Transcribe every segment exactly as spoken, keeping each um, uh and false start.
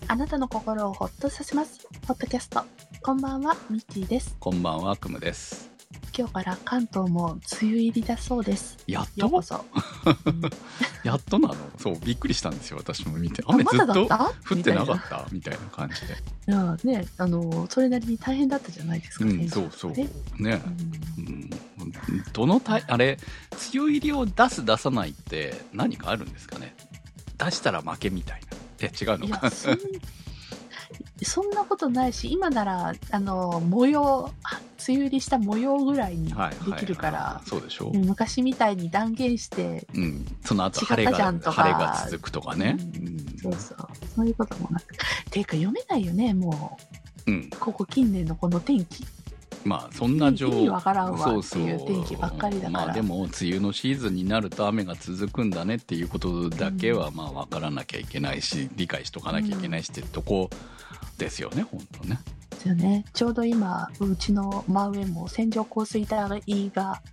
あなたの心をほっとさせますポッドキャスト。こんばんは、ミッチーです。 こんばんは、クムです。 今日から関東も梅雨入りだそうです。 やっとようこそ、うん、 やっとなの。そうびっくりしたんですよ、私も見て。雨ずっと降ってなかったみたいな感じで。 いやね、あのそれなりに大変だったじゃないですか。 うん、そうそうね、うんうん、どのたあれ梅雨入りを出す出さないって何かあるんですかね。出したら負けみたいな。え、違うのか。 そんそんなことないし、今ならあの模様、梅雨入りした模様ぐらいにできるから、はいはいはい、 そうでしょう。 昔みたいに断言して、 うん、その後晴れが晴れが続くとかね、うんうん、 そうそうそういうこともなくていうか読めないよねもう、うん、ここ近年のこの天気。 まあそんな状況、意味わからんわっていう天気ばっかりだから。 まあでも梅雨のシーズンになると雨が続くんだねっていうことだけはまあ分からなきゃいけないし、理解しとかなきゃいけないしってとこですよね、本当ね。 ですよね。ちょうど今うちの真上も線状降水帯が、はい、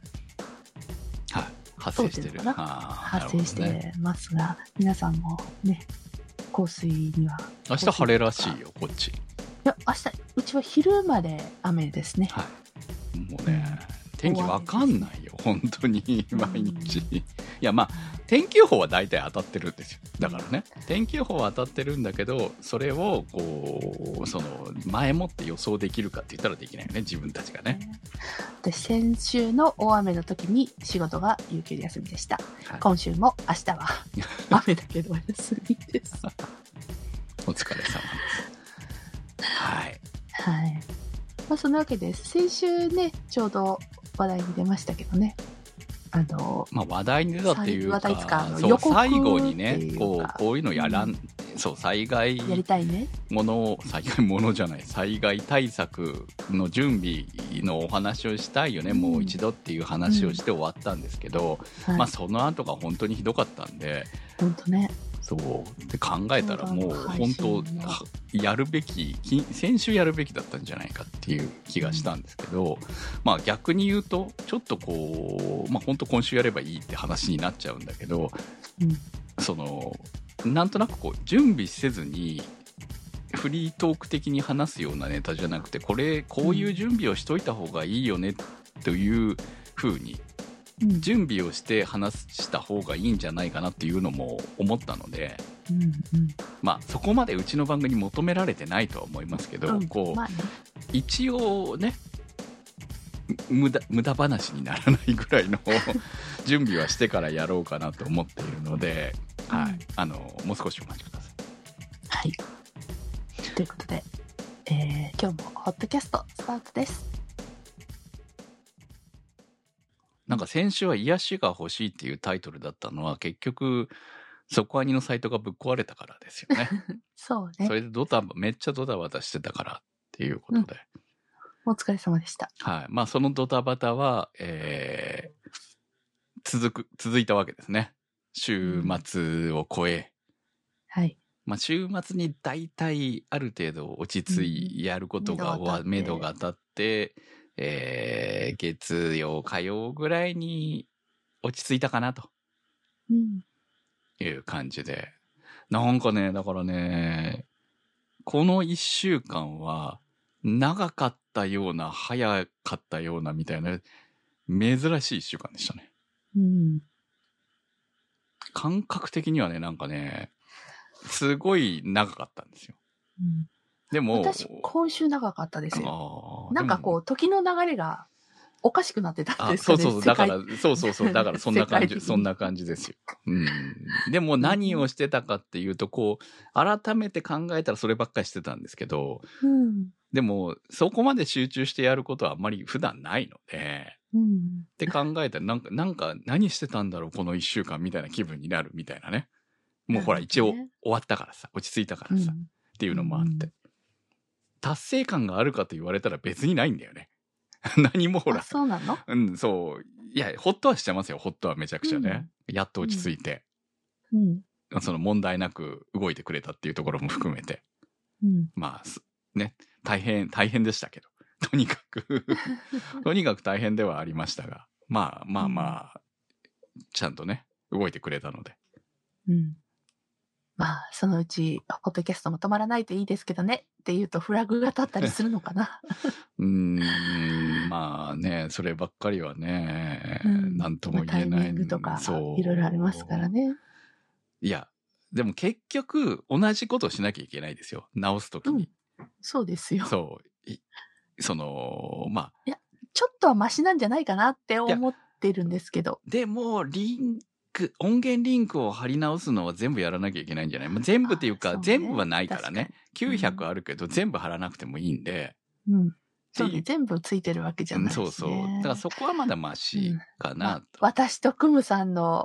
発生してる。る発生してますが、ね、皆さんもね降水には。 明日晴れらしいよこっち。 いや明日うちは昼まで雨ですね。 はい。もうね、うん、天気わかんないよ本当に毎日。いやまあ天気予報は大体当たってるんですよ。だからね、天気予報は当たってるんだけど、それをこうその前もって予想できるかって言ったらできないよね、自分たちがね。 で先週の大雨の時に仕事が有給休みでした。はい、今週も明日は雨だけど休みです。 お疲れ様です。はい。 はい。まあ、そんなわけで、先週ね、ちょうど話題に出ましたけどね。あの、 まあ、話題に出たっていうか、 話題かそう最後にね、こう、こういうのやらん、うん、そう、災害やりたいね。 もの、災害ものじゃない、災害対策の準備のお話をしたいよね、うん、もう一度っていう話をして終わったんですけど、うん、まあ、その後が本当にひどかったんで、 本当ね。 そうで考えたらもう本当やるべき先週やるべきだったんじゃないかっていう気がしたんですけど、うん、まあ逆に言うとちょっとこうまあ本当今週やればいいって話になっちゃうんだけど、うん、そのなんとなくこう準備せずにフリートーク的に話すようなネタじゃなくて、これこういう準備をしといた方がいいよねという風に準備をして話した方がいいんじゃないかなっていうのも思ったので、うんうん、まあそこまでうちの番組に求められてないとは思いますけど、うん、こう、まあね、一応ね無駄、無駄話にならないぐらいの準備はしてからやろうかなと思っているので、うん、はい、あのもう少しお待ちください。 はい。ということで、えー、今日もホットキャストスタートです。 なんか先週は癒しが欲しいっていうタイトルだったのは結局そこアニのサイトがぶっ壊れたからですよね。 そうね。 それでドタめっちゃドタバタしてたからっていうことで、 うん、お疲れ様でした。 はい。まあそのドタバタは、えー、続く続いたわけですね。週末を超え、うん、 はい。 まあ週末に大体ある程度落ち着いやることが目処が立って。えー、月曜火曜ぐらいに落ち着いたかなという感じで、うん、なんかねだからねこのいっしゅうかんは長かったような早かったようなみたいな珍しいいっしゅうかんでしたね、うん、感覚的にはねなんかねすごい長かったんですよ、うん、でも私今週長かったですよ。なんかこう時の流れがおかしくなってたんですかね。 そうそうだからそうそうそうだからそんな感じそんな感じですよ。うん。でも何をしてたかっていうとこう改めて考えたらそればっかりしてたんですけど、うん、でもそこまで集中してやることはあんまり普段ないので、うん、って考えたらなんかなんか何してたんだろうこのいっしゅうかんみたいな気分になるみたいなね。もうほら一応終わったからさ落ち着いたからさ、うん、っていうのもあって。うん達成感があるかと言われたら別にないんだよね。何もほら。 そうなの？ うん、そう。いや、ほっとはしてますよ。ほっとはめちゃくちゃね。うん、やっと落ち着いて、うん。その問題なく動いてくれたっていうところも含めて。うん、まあ、ね、大変、大変でしたけど。とにかく、とにかく大変ではありましたが。まあまあまあ、うん、ちゃんとね、動いてくれたので。 うん。 まあ、そのうち、ポッドキャストも止まらないといいですけどねって言うとフラグが立ったりするのかな。 うーん、まあね、そればっかりはね、 うん、 なんとも言えタイない。 ミングとか、 そう。 いろいろありますからね。 いや、でも結局、同じことしなきゃいけないですよ。直すときに、 うん。そうですよ。 そう。その、まあ。 いや、ちょっとはマシなんじゃないかなって思ってるんですけど。 でも、リンク、音源リンクを貼り直すのは全部やらなきゃいけないんじゃない、まあ、全部っていうか、ね、全部はないからね。きゅうひゃくあるけど、うん、全部貼らなくてもいいんで。 うん。そうね。全部ついてるわけじゃないし、ね。 そうそう。だからそこはまだマシかなと。うんまあ、 私とクムさんの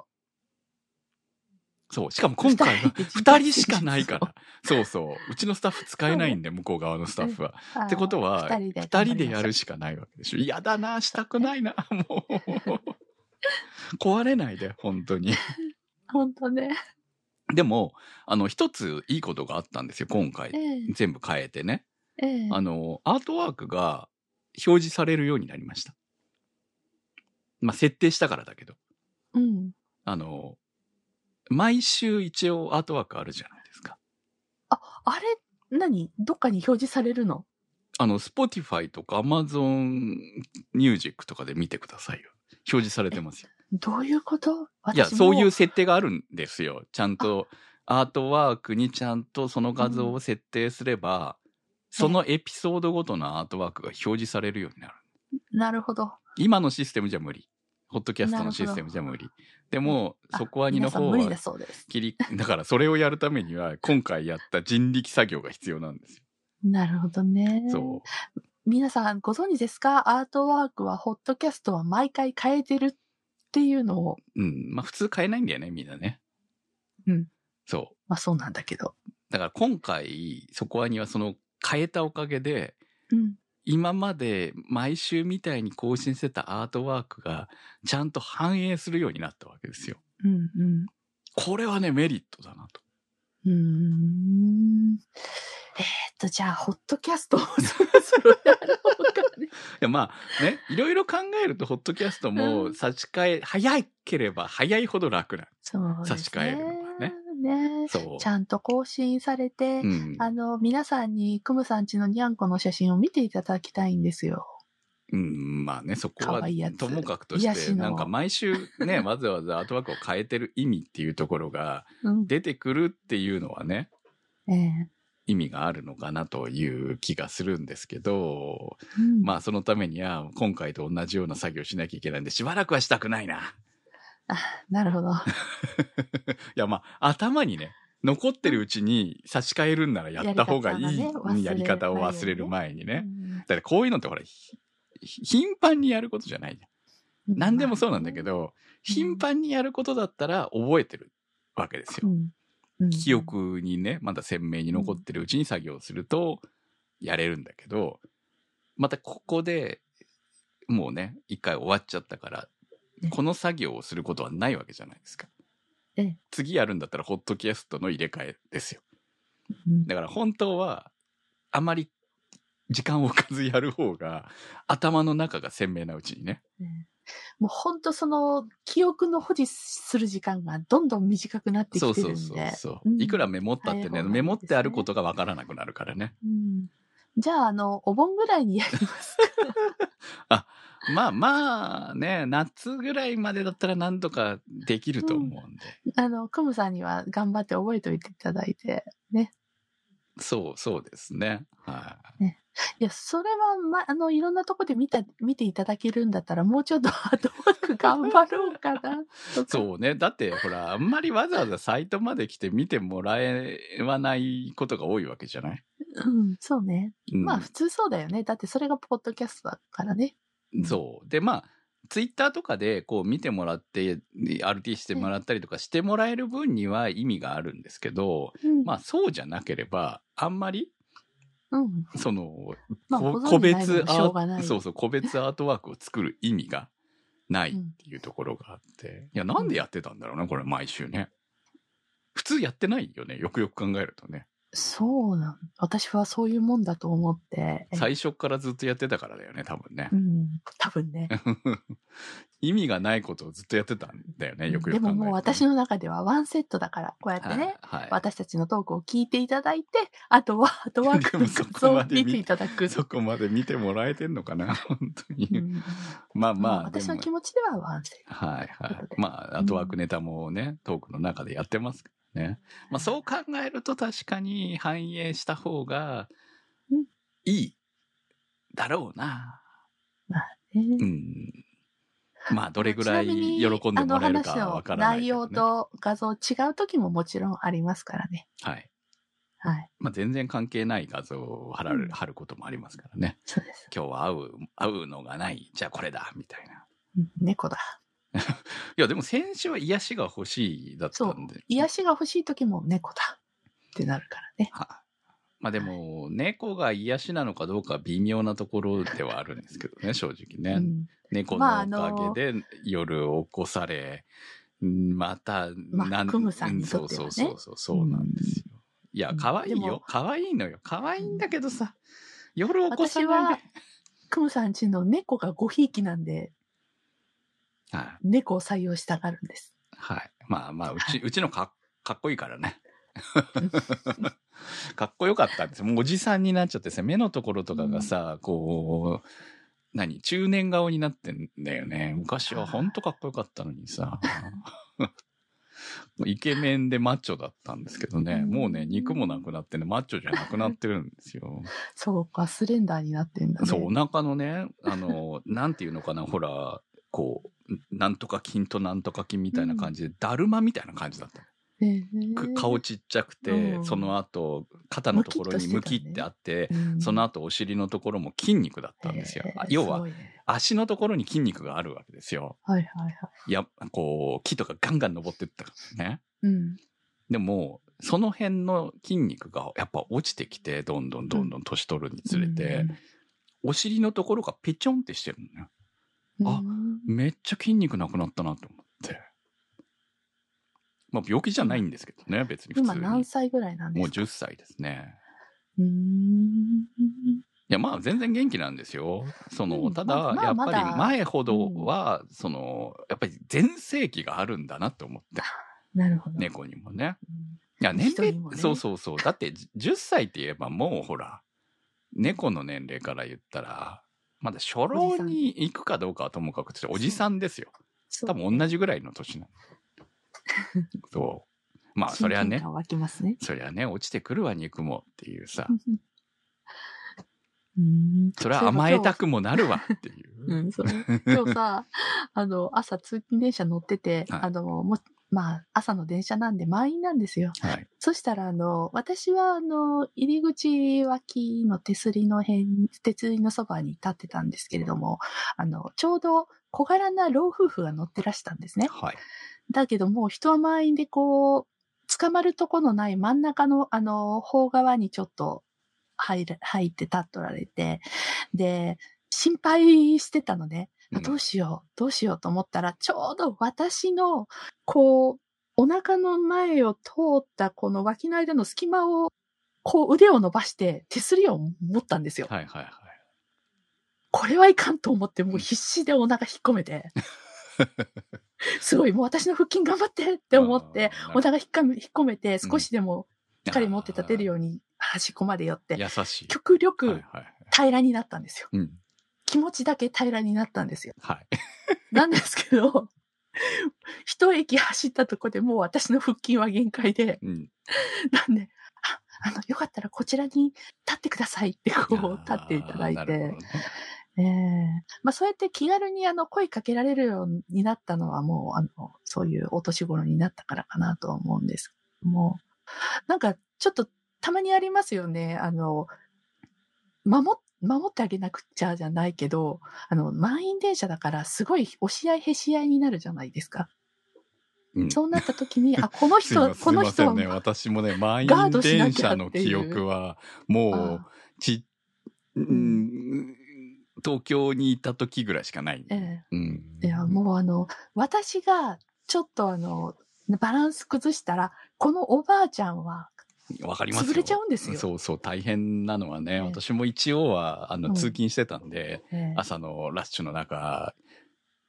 そう。しかも今回は二人しかないから。そうそう。うちのスタッフ使えないんで、向こう側のスタッフは。ってことは、二人でやるしかないわけでしょ。嫌だな、したくないな、もう。壊れないで、本当に。 本当ね。 でも、あの、一ついいことがあったんですよ、今回。えー、全部変えてね。えー、あの、アートワークが表示されるようになりました。まあ、設定したからだけど。 うん。 あの、毎週一応アートワークあるじゃないですか。 あ、あれ、何どっかに表示されるの？ あの、Spotify とか Amazon Music とかで見てくださいよ。表示されてますよ。 どういうこと？ いや、そういう設定があるんですよ。ちゃんとアートワークにちゃんとその画像を設定すれば、うん、そのエピソードごとのアートワークが表示されるようになる。 なるほど。 今のシステムじゃ無理。ホットキャストのシステムじゃ無理。でも、そこはにの方は、切り、だからそれをやるためには、今回やった人力作業が必要なんですよ。 なるほどね。 そう。 皆さんご存知ですか？アートワークは、ホットキャストは毎回変えてるっていうのを。 うん。まあ普通変えないんだよね、みんなね。 うん。 そう。 まあそうなんだけど。 だから今回、そこはにはその変えたおかげで、 うん。 今まで毎週みたいに更新してたアートワークがちゃんと反映するようになったわけですよ。 うんうん。これはね、メリットだなと。 うーん。えー、っと、じゃあ、ホットキャストをそろそろやろうかね。いや、まあね、いろいろ考えると、ホットキャストも差し替え、うん、早ければ早いほど楽な。 そうですね。 差し替えるのはね。 ね、そうちゃんと更新されて、うん、あの、皆さんにクムさんちのにゃんこの写真を見ていただきたいんですよ。 うん、まあね、そこはともかくとして、なんか毎週ね、わざわざアートワークを変えてる意味っていうところが出てくるっていうのはね、 うん、えー、 意味があるのかなという気がするんですけど、うん、まあそのためには今回と同じような作業しなきゃいけないんで、しばらくはしたくないな。 あ、なるほど。いや、まあ、頭にね、残ってるうちに差し替えるんならやった方がいいやり方、ね、やり方を忘れる前にね。うん、だからこういうのってほら、頻繁にやることじゃないじゃん。うん、何でもそうなんだけど、うん、頻繁にやることだったら覚えてるわけですよ。うんうん、記憶にね、まだ鮮明に残ってるうちに作業するとやれるんだけど、またここでもうね、一回終わっちゃったから、この作業をすることはないわけじゃないですか。 ええ、 次やるんだったらホットキャストの入れ替えですよ。うん、だから本当はあまり時間を置かずやる方が頭の中が鮮明なうちにね。 ええ、もう本当その記憶の保持する時間がどんどん短くなってきてるんで。 そうそうそうそう、うん、いくらメモったってね、メモってあることがわからなくなるからね。 うん、じゃああのお盆ぐらいにやりますか。 あ、まあまあね、夏ぐらいまでだったら何とかできると思うんで。 うん、あの、クムさんには頑張って覚えておいていただいて、ね。 そう、そうですね。はい、 ね。いや、それは、ま、あの、いろんなとこで見た、見ていただけるんだったら、もうちょっとハードワーク頑張ろうかな。 そうね。だって、ほら、あんまりわざわざサイトまで来て見てもらえはないことが多いわけじゃない？ うん、そうね。うん、まあ、普通そうだよね。だってそれがポッドキャストだからね。 そう。で、まあ、ツイッターとかでこう見てもらって、アールティー してもらったりとかしてもらえる分には意味があるんですけど、うん、まあそうじゃなければ、あんまり、 うん、 その、 まあ、 個別アート、そうそう、個別アートワークを作る意味がないっていうところがあって、うん、いや、なんでやってたんだろうな、これ毎週ね。普通やってないよね、よくよく考えるとね。 そうなん。私はそういうもんだと思って。 最初からずっとやってたからだよね、多分ね。 うん、多分ね。 意味がないことをずっとやってたんだよね、よくよく考えて、ね。 でももう私の中ではワンセットだから、こうやってね、はいはい、私たちのトークを聞いていただいて、あとは、あとは、 でもそこまで見ていただく。 そこまで見てもらえてんのかな、本当に。うん、まあまあ、 私の気持ちではワンセット。 はいはい。まあ、後枠ネタもね、うん、トークの中でやってますからね。まあそう考えると確かに反映した方がいいだろうな。 まあね。 うん。まあ、どれぐらい喜んでもらえるかわからないけど、ね。 内容と画像違う時ももちろんありますからね。 はい。 はい。 まあ、全然関係ない画像を貼られる、うん、貼ることもありますからね。 そうです。 今日は会う、会うのがない。じゃあこれだみたいな。 猫だ。 いや、でも先週は癒しが欲しいだったんで。 そう。癒しが欲しい時も猫だってなるからね。 はあ、まあでも、猫が癒しなのかどうか微妙なところではあるんですけどね、正直ね。うん、猫のおかげで夜起こされ、また、 まあ、クムさんにとってはね。 そうそうそう、そうなんですよ。うん、いや、可愛いよ。可愛いのよ。可愛いんだけどさ、夜起こさないで。 私は、クムさんちの猫がごひいきなんで、はい、猫を採用したがるんです。 はい。まあまあ、うち、うちのか、かっこいいからね。かっこよかったんですよ。もうおじさんになっちゃってさ、目のところとかがさ、うん、こう、何中年顔になってんだよね。昔はほんとかっこよかったのにさ。イケメンでマッチョだったんですけどね、うん、もうね、肉もなくなってね、マッチョじゃなくなってるんですよ。 そうか、スレンダーになってんだね。 そう、お腹のね、あの、なんていうのかな、ほら、こう、なんとか筋となんとか筋みたいな感じで、うん、だるまみたいな感じだった。顔ちっちゃくて、うん、その後肩のところにムキってあって、ね、うん、その後お尻のところも筋肉だったんですよ。要は、ね、足のところに筋肉があるわけですよ。 はいはいはい。 いや、こう木とかガンガン登ってったからね。 うん、 でもその辺の筋肉がやっぱ落ちてきて、どんどんどんどん年取るにつれて、うん、お尻のところがペチョンってしてるのね。うん、あ、めっちゃ筋肉なくなったなと思って。まあ病気じゃないんですけどね、別に普通に。 今何歳ぐらいなんですか？ もうじゅっさいですね。 うーん。 いや、まあ全然元気なんですよ。その、うん、ただ、やっぱり前ほどは、うん、その、やっぱり全盛期があるんだなって思って。 なるほど。 猫にもね。うん、いや、年齢、ね、そうそうそう。だってじゅっさいって言えばもうほら、猫の年齢から言ったら、まだ初老に行くかどうかはともかくて、おじさんですよ。多分同じぐらいの年なの。そう。まあ、そりゃね。 湧きますね。 そりゃね、落ちてくるわ、肉もっていうさ。 うん、 それは甘えたくもなるわっていう。 うん、それ今日さ、あの、朝通勤電車乗ってて、はい、あの、もまあ、朝の電車なんで満員なんですよ。 はい。 そしたら、あの、私は、あの、入り口脇の手すりの辺、手すりのそばに立ってたんですけれども、あの、ちょうど小柄な老夫婦が乗ってらしたんですね。 はい。 だけどもう人は満員でこう、捕まるとこのない真ん中のあの、方側にちょっと入る、入って立っとられて、で、心配してたのね。うん、どうしよう、どうしようと思ったら、ちょうど私の、こう、お腹の前を通ったこの脇の間の隙間を、こう腕を伸ばして手すりを持ったんですよ。 はいはいはい。 これはいかんと思ってもう必死でお腹引っ込めて。すごい、もう私の腹筋頑張ってって思って、お腹引っ込めて、少しでもしっかり持って立てるように端っこまで寄って、 優しい。 極力平らになったんですよ。 うん、 気持ちだけ平らになったんですよ。 はい。 なんですけど、一駅走ったとこでもう私の腹筋は限界で、うん、なんで、あ、あの、よかったらこちらに立ってくださいってこう立っていただいて、ええー、まあそうやって気軽にあの声かけられるようになったのはもうあのそういうお年頃になったからかなと思うんですけども、なんかちょっとたまにありますよね。あの守守ってあげなくちゃじゃないけど、あの満員電車だからすごい押し合いへし合いになるじゃないですか。うん、そうなった時に、あ、この人、この人。 すいませんね。私もね、満員電車の記憶はもうち、うん東京にいた時ぐらいしかない。 ええうん、 いや、もうあの、私がちょっとあの、バランス崩したら、このおばあちゃんは、 わかりますよ。 潰れちゃうんですよ。 そうそう、大変なのはね、ええ、私も一応は、あの、通勤してたんで、うんええ、朝のラッシュの中、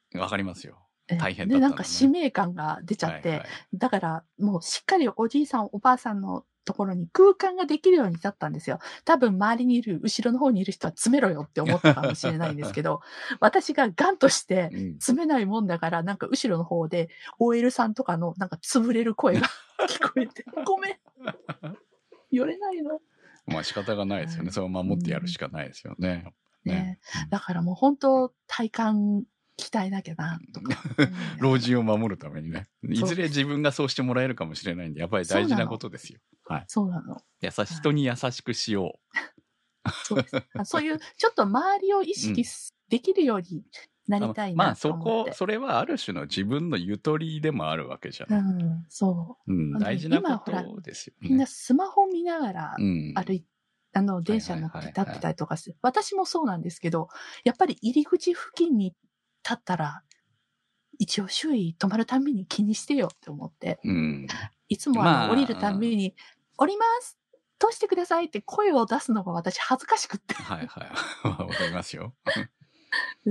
わかりますよ。大変だったのね。 で、なんか使命感が出ちゃって、はいはい、だからもうしっかりおじいさんおばあさんのところに空間ができるようになったんですよ。多分周りにいる、後ろの方にいる人は詰めろよって思ったかもしれないんですけど、私がガンとして詰めないもんだから、うん、なんか後ろの方で オーエル さんとかのなんか潰れる声が聞こえて、ごめん。寄れないの。 まあ仕方がないですよね。それを守ってやるしかないですよね。 うん、ね, ねだからもう本当体感鍛えなきゃなとか。 老人を守るためにね。いずれ自分がそうしてもらえるかもしれないんで、やっぱり大事なことですよ。はい。 そうなの。 優し、人に優しくしよう。そうです。そういう、ちょっと周りを意識できるようになりたいなと思って。 まあそこ、それはある種の自分のゆとりでもあるわけじゃない。 うん、そう。 うん、大事なことですよね。 みんなスマホ見ながら歩いて、うん、あの、電車乗って立ってたりとかして、私もそうなんですけど、やっぱり入り口付近に立ったら、一応周囲止まるたんびに気にしてよって思って、 うん、 いつもあの、まあ、降りるたんびに、降ります通してくださいって声を出すのが私恥ずかしくって。 はいはい。わかりますよ。 うん、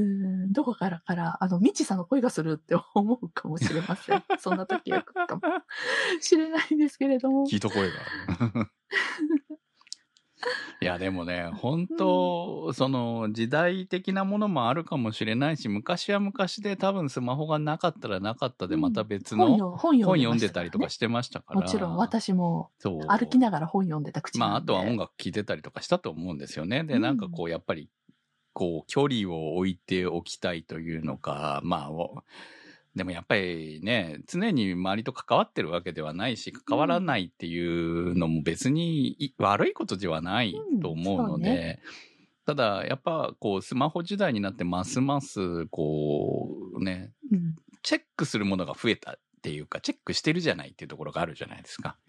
どこからから、あの、ミッチさんの声がするって思うかもしれません。そんな時は来るかもしれないんですけれども。 聞いた声がある。いやでもね、本当、うん、その時代的なものもあるかもしれないし、昔は昔で多分スマホがなかったらなかったでまた別の、うん、本, 本, 本読んでたりとかしてましたから。 もちろん私も歩きながら本読んでた口なんで。 まああとは音楽聴いてたりとかしたと思うんですよね。で、なんかこうやっぱりこう距離を置いておきたいというのか、まあでもやっぱりね、常に周りと関わってるわけではないし、関わらないっていうのも別に悪いことではないと思うので、うんね、ただやっぱこうスマホ時代になってますますこうね、うん、チェックするものが増えたっていうか、チェックしてるじゃないっていうところがあるじゃないですか。 うん、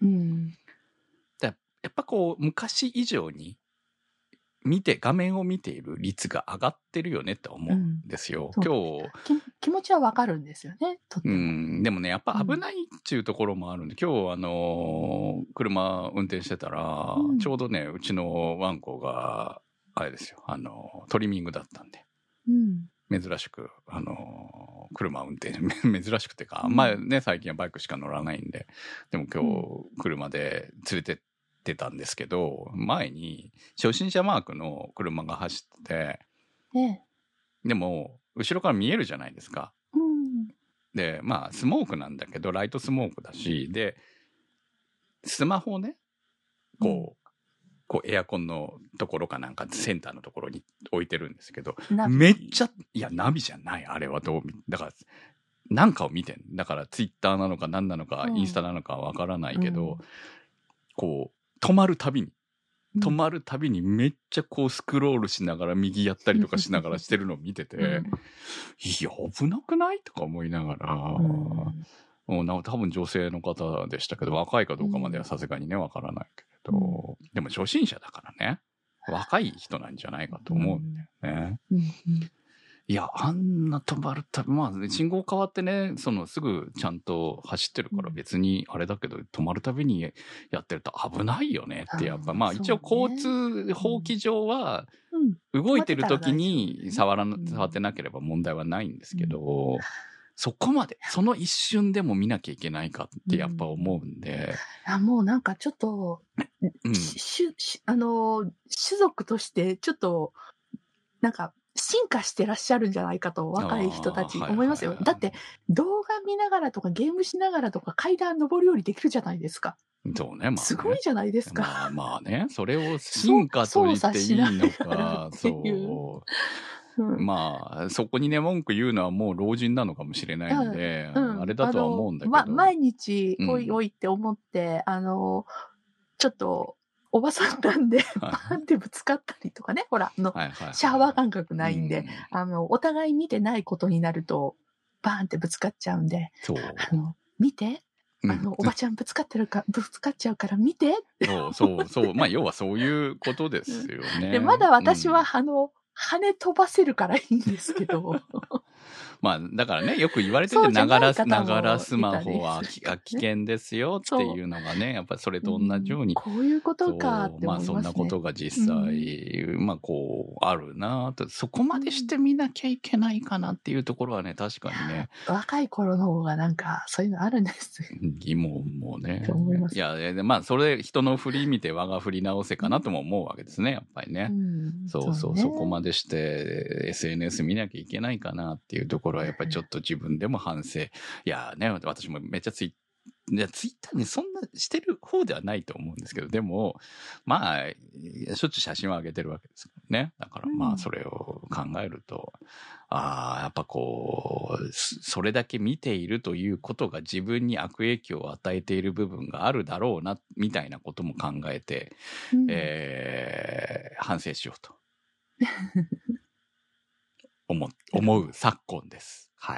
だやっぱこう昔以上に見て、画面を見ている率が上がってるよねって思うんですよ。うん、今日気持ちはわかるんですよね。とっても。 うん、でもね、やっぱ危ないっていうところもあるんで、うん、今日あのー、車運転してたら、うん、ちょうどね、うちのワンコが、あれですよ、あのー、トリミングだったんで。 うん、 珍しく、あのー、車運転、珍しくてか、うん、まあね、最近はバイクしか乗らないんで、でも今日、車で連れてってたんですけど、前に初心者マークの車が走ってて、 ね、 でも、後ろから見えるじゃないですか。 うん、 で、まあ、スモークなんだけど、ライトスモークだし、で、スマホをね、こう、うん、こうエアコンのところかなんかセンターのところに置いてるんですけど、めっちゃ、いや、ナビじゃない、あれはどう見、だから、なんかを見てん。だから、ツイッターなのか何なのか、うん、インスタなのかわからないけど、うん、こう、止まるたびに、止まるたびにめっちゃこうスクロールしながら右やったりとかしながらしてるのを見てて、うん、いや、危なくないとか思いながら、うん、なんか多分女性の方でしたけど、若いかどうかまではさすがにね、わからないけれど、うん、でも初心者だからね、若い人なんじゃないかと思うんだよね。 うんうん、 いや、あんな止まるたび、まあ、信号変わってね、そのすぐちゃんと走ってるから別にあれだけど、止まるたびにやってると危ないよねって、やっぱ、まあ一応交通法規上は、動いてる時に触らな、触ってなければ問題はないんですけど、そこまで、その一瞬でも見なきゃいけないかってやっぱ思うんで。 うん、あもうなんかちょっと、うん、ししあの、種族としてちょっと、なんか、進化してらっしゃるんじゃないかと若い人たち思いますよ。はいはいはい、だって動画見ながらとかゲームしながらとか階段上り下りできるじゃないですか。 そうね、まあね、 すごいじゃないですか。 まあまあね、それを進化と言っていいのか、そう。うん、まあ、そこにね、文句言うのはもう老人なのかもしれないんで、うん、あれだとは思うんだけど。ま、 毎日、おいおいって思って、うん、あの、ちょっと、おばさんなんで、バーンってぶつかったりとかね、ほら、の、シャワー感覚ないんで、あの、お互い見てないことになると、バーンってぶつかっちゃうんで、 そう。 あの、見て、あの、うん、おばちゃんぶつかってるか、ぶつかっちゃうから見て。 そうそうそう。まあ、要はそういうことですよね。 で、まだ私は、うん、あの、羽飛ばせるからいいんですけど。 まあ、だからね、よく言われてて、ながら、ながらスマホは危険ですよっていうのがね、やっぱりそれと同じように。 うん、こういうことかって思いますね。 まあ、そんなことが実際、うん、まあ、こう、あるなと、そこまでしてみなきゃいけないかなっていうところはね、確かにね。 若い頃の方がなんか、そういうのあるんです疑問もね。 思います。 いや、まあ、それ、人の振り見て我が振り直せかなとも思うわけですね、やっぱりね。うん、そうそう、そうね、そこまでして エスエヌエス 見なきゃいけないかなっていうところは、やっぱりちょっと自分でも反省。いやね、私もめっちゃツイッいや、ツイッターね、そんなしてる方ではないと思うんですけど、でも、まあ、しょっちゅう写真を上げてるわけですからね。だからまあ、それを考えると、うん、ああ、やっぱこう、それだけ見ているということが自分に悪影響を与えている部分があるだろうな、みたいなことも考えて、うん、えー、反省しようと。思、思う昨今です。はい。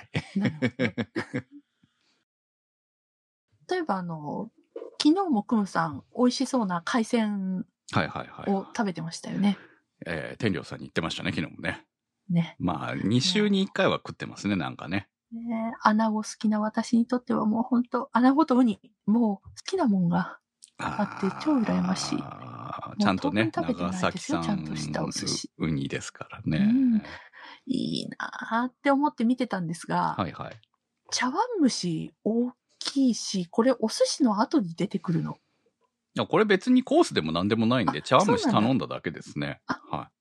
例えばあの、昨日もくんさん、美味しそうな海鮮を食べてましたよね。はいはいはいはい、 えー、天領さんに言ってましたね、昨日もね。 ね。 まあ、に週にいっかいは食ってますね、なんかね。 ね、穴子好きな私にとってはもう本当穴子とウニ、もう好きなもんがあって超羨ましい。 ちゃんとね、長崎産ちゃんとしたお寿司。 ウニですからね。 うん、いいなーって思って見てたんですが、 はいはい。 茶碗蒸し大きいし、これお寿司の後に出てくるの。 いや、これ別にコースでも何でもないんで、茶碗蒸し頼んだだけですね。はい。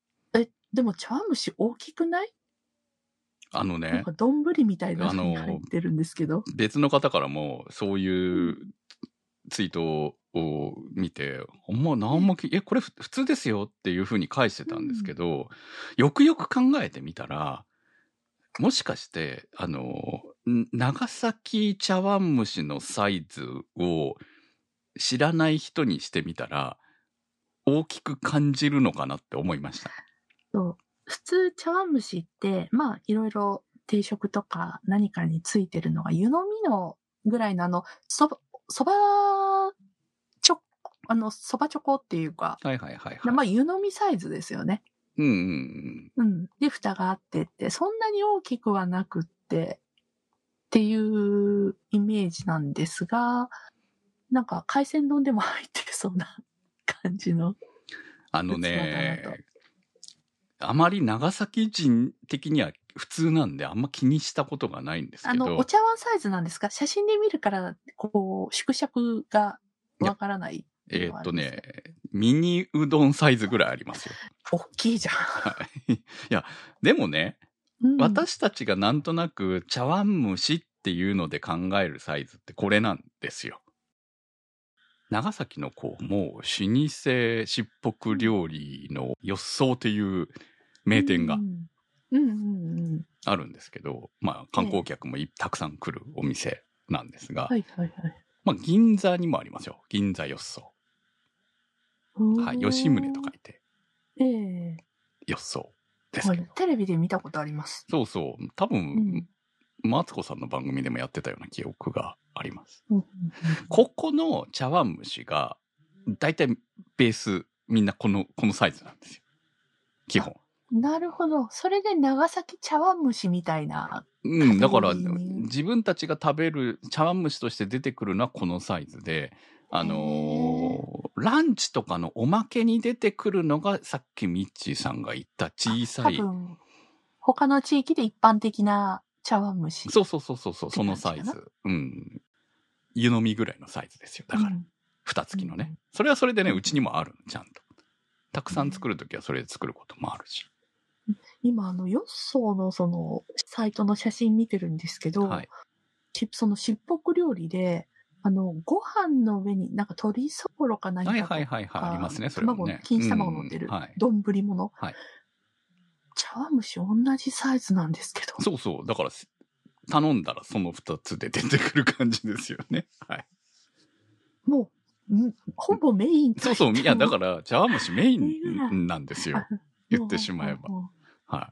え、でも茶碗蒸し大きくない？ あのね。 なんか丼みたいなのに入ってるんですけど。 別の方からもそういうツイートを見て、ほんま何もき、え、これ普通ですよっていうふうに返してたんですけど、うん、よくよく考えてみたら、もしかして、あの、長崎茶碗蒸しのサイズを知らない人にしてみたら、大きく感じるのかなって思いました。 そう。普通茶碗蒸しって、まあ、いろいろ定食とか何かについてるのが湯飲みのぐらいのあの、そば、そば、ちょ、あの、そばチョコっていうか、 はいはいはい、はい。 まあ、湯飲みサイズですよね。 うんうんうん。うん。で、蓋があってって、そんなに大きくはなくって、っていうイメージなんですが、なんか海鮮丼でも入ってそうな感じの。 あのね、あまり長崎人的には普通なんであんま気にしたことがないんですけど。 あの、お茶碗サイズなんですか？写真で見るから、こう、縮尺がわからない。 えー、っとね、ミニうどんサイズぐらいありますよ。 大きいじゃん。 はい。いや、でもね、うん、私たちがなんとなく茶碗蒸しっていうので考えるサイズってこれなんですよ。長崎のこう、もう老舗しっぽく料理のよっそうっていう名店があるんですけど、まあ観光客もたくさん来るお店なんですが、 はいはいはい。 まあ銀座にもありますよ。銀座よっそう。はい、吉宗と書いて。 ええー。 よっそうですけど、はい。 テレビで見たことあります。 そうそう。多分、うんマツコさんの番組でもやってたような記憶があります。うんうんうん、ここの茶碗蒸しが、だいたいベース、みんなこの、このサイズなんですよ。基本。 なるほど。それで長崎茶碗蒸しみたいな。 うん、だから、自分たちが食べる茶碗蒸しとして出てくるのはこのサイズで、あのー、ランチとかのおまけに出てくるのが、さっきミッチーさんが言った小さい。 多分、他の地域で一般的な茶碗蒸し。 そうそうそうそう、そのサイズ。うん。湯飲みぐらいのサイズですよ。だから、うん、蓋付きのね、うん。それはそれでね、うちにもあるの、ちゃんと。たくさん作るときはそれで作ることもあるし。 今、あの、よっそうのその、サイトの写真見てるんですけど、はい、そのしっぽく料理で、あの、ご飯の上になんか鶏そぼろか何かとか、 はいはいはいはい、ありますね、それもね。 卵、錦糸卵乗ってる、丼もの。はい。茶碗蒸し同じサイズなんですけど。 そうそう。だから、頼んだらその二つで出てくる感じですよね。はい。 もう、んほぼメインそうそう。いや、だから、茶碗蒸しメインなんですよ。言ってしまえば。はい。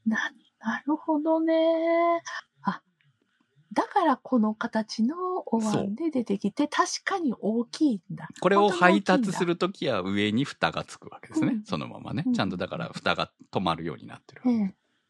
な、なるほどね。あ、だからこの形のお椀で出てきて、確かに大きいんだ。 これを配達するときは上に蓋がつくわけですね。うん、そのままね。ちゃんとだから蓋が止まるようになってる。 ええ、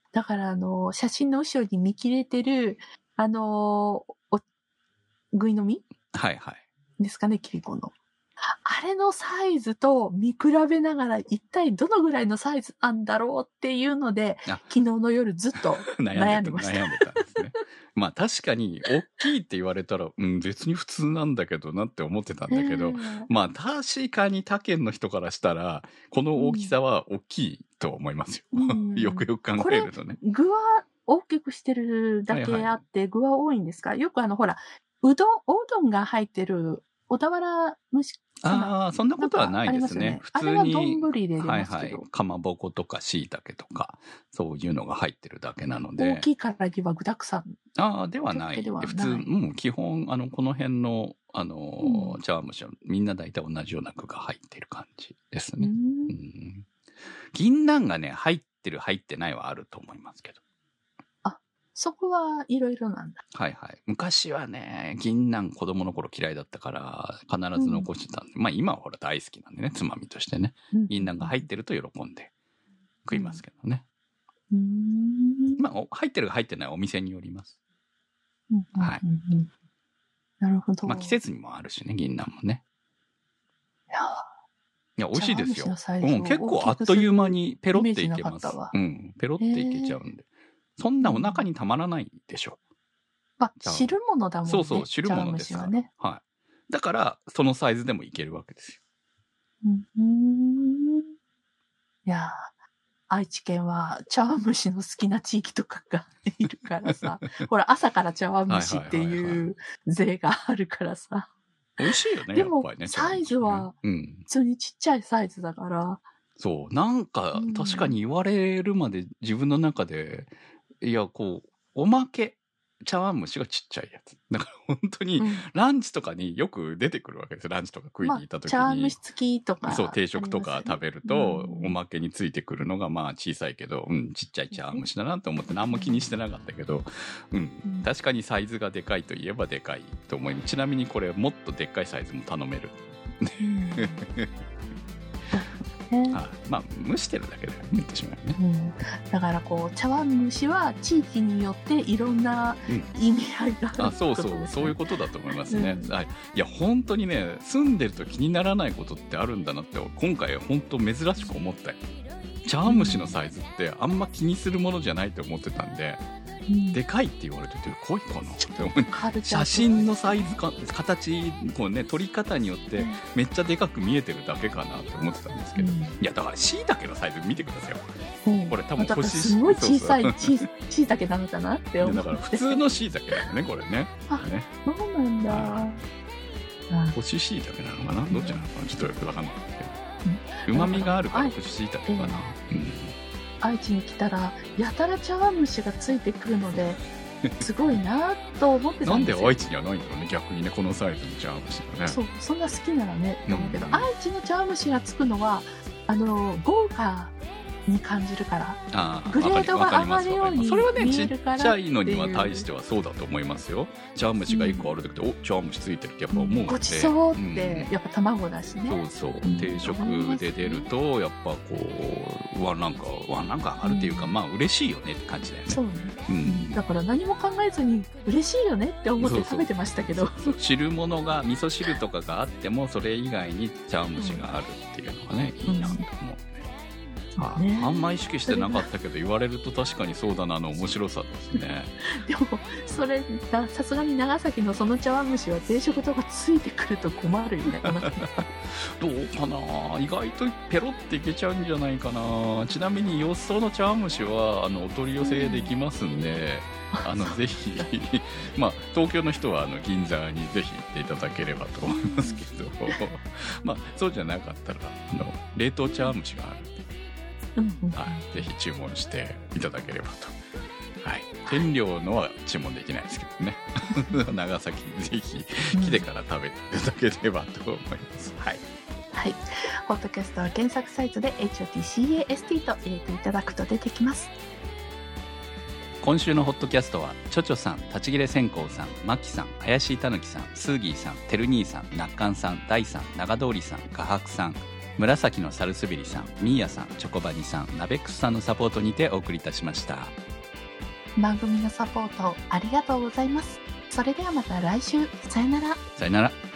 だからあの、写真の後ろに見切れてる、あの、おぐいのみはいはい。 ですかね、キリコの。あれのサイズと見比べながら一体どのぐらいのサイズなんだろうっていうので、昨日の夜ずっと悩んでました。 悩んでたんですね。まあ確かに大きいって言われたら、うん、別に普通なんだけどなって思ってたんだけど、えー、まあ確かに他県の人からしたら、この大きさは大きいと思いますよ。うん、よくよく考えるとね。 具は大きくしてるだけあって、はいはい、具は多いんですか？よくあのほら、うどん、おうどんが入ってる小田原蒸しああ、そんなことはないですね。 ね普通に。 丼で出ますけど。 はいはい。かまぼことか椎茸とか、そういうのが入ってるだけなので。 大きい唐揚げは具沢山。 ああ、ではない。ではない普通、もう基本、あの、この辺の、あの、うん、茶碗蒸しはみんな大体同じような具が入ってる感じですね。うん。銀杏がね、入ってる入ってないはあると思いますけど。 そこはいろいろなんだ。 はいはい。昔はね、銀杏子供の頃嫌いだったから、必ず残してたんで、うん、まあ今はほら大好きなんでね、つまみとしてね。うん、銀杏が入ってると喜んで食いますけどね。うん、まあ入ってる入ってないお店によります。 うん、はい、うん。なるほど。 まあ季節にもあるしね、銀杏もね。いやいや、美味しいですよ。うん、結構あっという間にペロっていけます。うん、ペロっていけちゃうんで。そんなお腹にたまらないでしょ。 まあ、汁物だもんね。 そうそう、汁物ですから。ね、はい。だから、そのサイズでもいけるわけですよ。 うん、いや愛知県は茶碗蒸しの好きな地域とかがいるからさ、ほら、朝から茶碗蒸しっていう税があるからさ。 美味しいよね、 でもやっぱりね。 サイズは、普通にちっちゃいサイズだから。うん、 そう、なんか、確かに言われるまで自分の中で、いや、こう、おまけ、茶碗蒸しがちっちゃいやつ。だから本当に、ランチとかによく出てくるわけですよ。ランチとか食いに行った時に。まあ、 茶碗蒸し付きとか、ね。 そう、定食とか食べると、おまけについてくるのが、まあ小さいけど、うん、ちっちゃい茶碗蒸しだなと思って何も気にしてなかったけど、うん、うん、確かにサイズがでかいといえばでかいと思います。ちなみにこれ、もっとでっかいサイズも頼める。あまあ蒸してるだけで言ってしまうね、うん、 だからこう茶碗蒸しは地域によっていろんな意味合いがある、 うん、あそうそうそういうことだと思いますね、うん、いや本当にね住んでると気にならないことってあるんだなって今回本当珍しく思ったよ。茶碗蒸しのサイズってあんま気にするものじゃないと思ってたんで、うん、でかいって言われてて濃いかなって思う。写真のサイズか形こうね撮り方によってめっちゃでかく見えてるだけかなって思ってたんですけど、うん、いやだから椎茸のサイズ見てくださいよ、うん、これ多分星すごい小さい椎茸なのかなって思って。 だから普通の椎茸だよねこれね。 あねそうなんだ。 干し椎茸なのかなどっちなのかなちょっとよく分かんないけどうまみがあるから干し椎茸かな、うん、 愛知に来たらやたら茶碗蒸しがついてくるのですごいなと思ってたんですよ。 なんで愛知にはないんだろうね逆にねこのサイズの茶碗蒸しがね。 そうそんな好きならねと思うけど、うん、愛知の茶碗蒸しがつくのはあの豪華に感じるからあグレードが上がるように見えるから。 それはねちっちゃいのには対してはそうだと思いますよ。茶碗蒸しがいっこあるだけで、うん、お茶碗蒸しついてるってやっぱ思うので、 ごちそうって、うん、やっぱ卵だしね。 そうそう、うん、定食で出るとやっぱこうワンランクワンランク上がるっていうか、うん、まあ嬉しいよねって感じだよね。 そうね、うん、だから何も考えずに嬉しいよねって思って食べてましたけど、 そうそう汁物が味噌汁とかがあってもそれ以外に茶碗蒸しがあるっていうのがね、うん、いいなと思う。あ, ね、あんま意識してなかったけど言われると確かにそうだなの面白さですね。 でもそれさすがに長崎のその茶碗蒸しは定食とかついてくると困るよね。 どうかな意外とペロっていけちゃうんじゃないかな。ちなみによっその茶碗蒸しはあのお取り寄せできますんで、うん、あのぜひまあ東京の人はあの銀座にぜひ行っていただければと思いますけどまあそうじゃなかったらあの冷凍茶碗蒸しがある。はい、ぜひ注文していただければと。はい、天領のは注文できないですけどね長崎にぜひ来てから食べていただければと思います、うん、はい、 はい、ポッドキャストは検索サイトで エイチオーティーシーエーエスティー と入れていただくと出てきます。 今週のホットキャストはちょちょさん、立ち切れ線香さん、マキさん、林たぬきさん、スーギーさん、てる兄さん、なっかんさん、大さん、長通りさん、画伯さん、 紫のサルスベリさん、ミーヤさん、チョコバニさん、ナベックスさんのサポートにてお送りいたしました。 番組のサポートありがとうございます。それではまた来週。さよなら。 さよなら。